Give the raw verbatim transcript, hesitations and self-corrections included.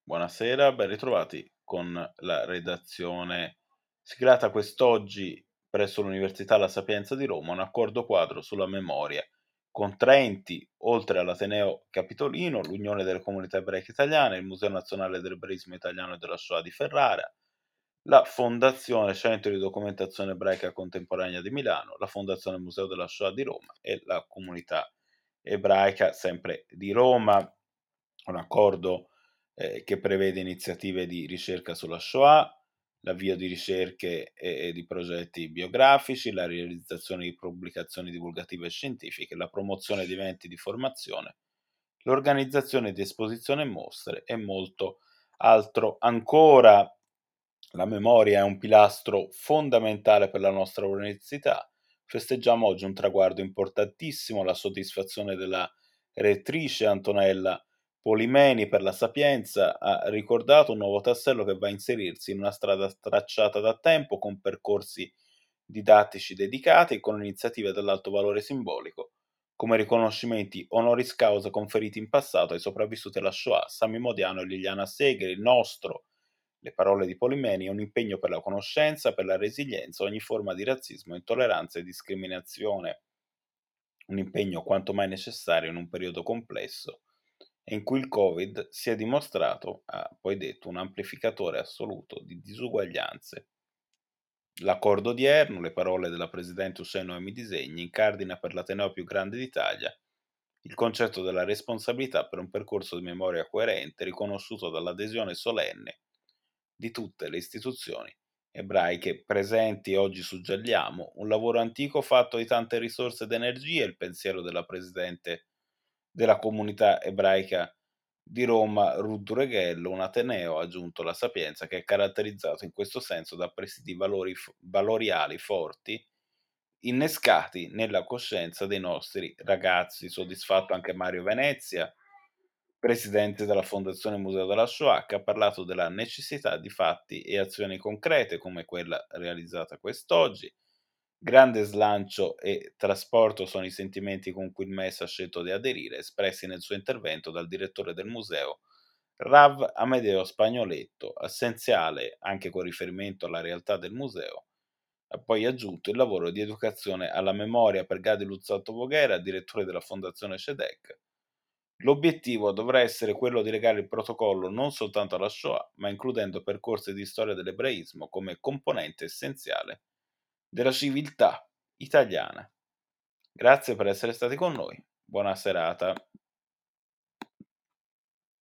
Buonasera, ben ritrovati con la redazione siglata quest'oggi presso l'Università La Sapienza di Roma, un accordo quadro sulla memoria con tre enti, oltre all'Ateneo Capitolino, l'Unione delle Comunità Ebraiche Italiane, il Museo Nazionale dell'Ebraismo Italiano e della Shoah di Ferrara, la Fondazione Centro di Documentazione Ebraica Contemporanea di Milano, la Fondazione Museo della Shoah di Roma e la Comunità Ebraica sempre di Roma. Un accordo ehm, che prevede iniziative di ricerca sulla Shoah, l'avvio di ricerche e e di progetti biografici, la realizzazione di pubblicazioni divulgative e scientifiche, la promozione di eventi di formazione, l'organizzazione di esposizioni e mostre e molto altro ancora. La memoria è un pilastro fondamentale per la nostra università. Festeggiamo oggi un traguardo importantissimo, la soddisfazione della rettrice Antonella Polimeni per La Sapienza ha ricordato un nuovo tassello che va a inserirsi in una strada tracciata da tempo con percorsi didattici dedicati e con iniziative dall'alto valore simbolico, come riconoscimenti honoris causa conferiti in passato ai sopravvissuti alla Shoah, Sami Modiano e Liliana Segre. Il nostro, le parole di Polimeni, è un impegno per la conoscenza, per la resilienza, ogni forma di razzismo, intolleranza e discriminazione. Un impegno quanto mai necessario in un periodo complesso e in cui il Covid si è dimostrato, ha poi detto, un amplificatore assoluto di disuguaglianze. L'accordo odierno, le parole della presidente Hussein Noemi Disegni, incardina per l'Ateneo più grande d'Italia il concetto della responsabilità per un percorso di memoria coerente riconosciuto dall'adesione solenne di tutte le istituzioni ebraiche presenti. Oggi suggelliamo un lavoro antico fatto di tante risorse ed energie, il pensiero della presidente della comunità ebraica di Roma, Ruth Dureghello, un ateneo, ha aggiunto La Sapienza, che è caratterizzato in questo senso da presidi valori f- valoriali forti, innescati nella coscienza dei nostri ragazzi. Soddisfatto anche Mario Venezia, presidente della Fondazione Museo della Shoah, che ha parlato della necessità di fatti e azioni concrete come quella realizzata quest'oggi. Grande slancio e trasporto sono i sentimenti con cui il M E S ha scelto di aderire, espressi nel suo intervento dal direttore del museo, Rav Amedeo Spagnoletto. Essenziale, anche con riferimento alla realtà del museo, ha poi aggiunto il lavoro di educazione alla memoria per Gadi Luzzatto Voghera, direttore della Fondazione Shedek. L'obiettivo dovrà essere quello di legare il protocollo non soltanto alla Shoah, ma includendo percorsi di storia dell'ebraismo come componente essenziale della civiltà italiana. Grazie per essere stati con noi. Buona serata.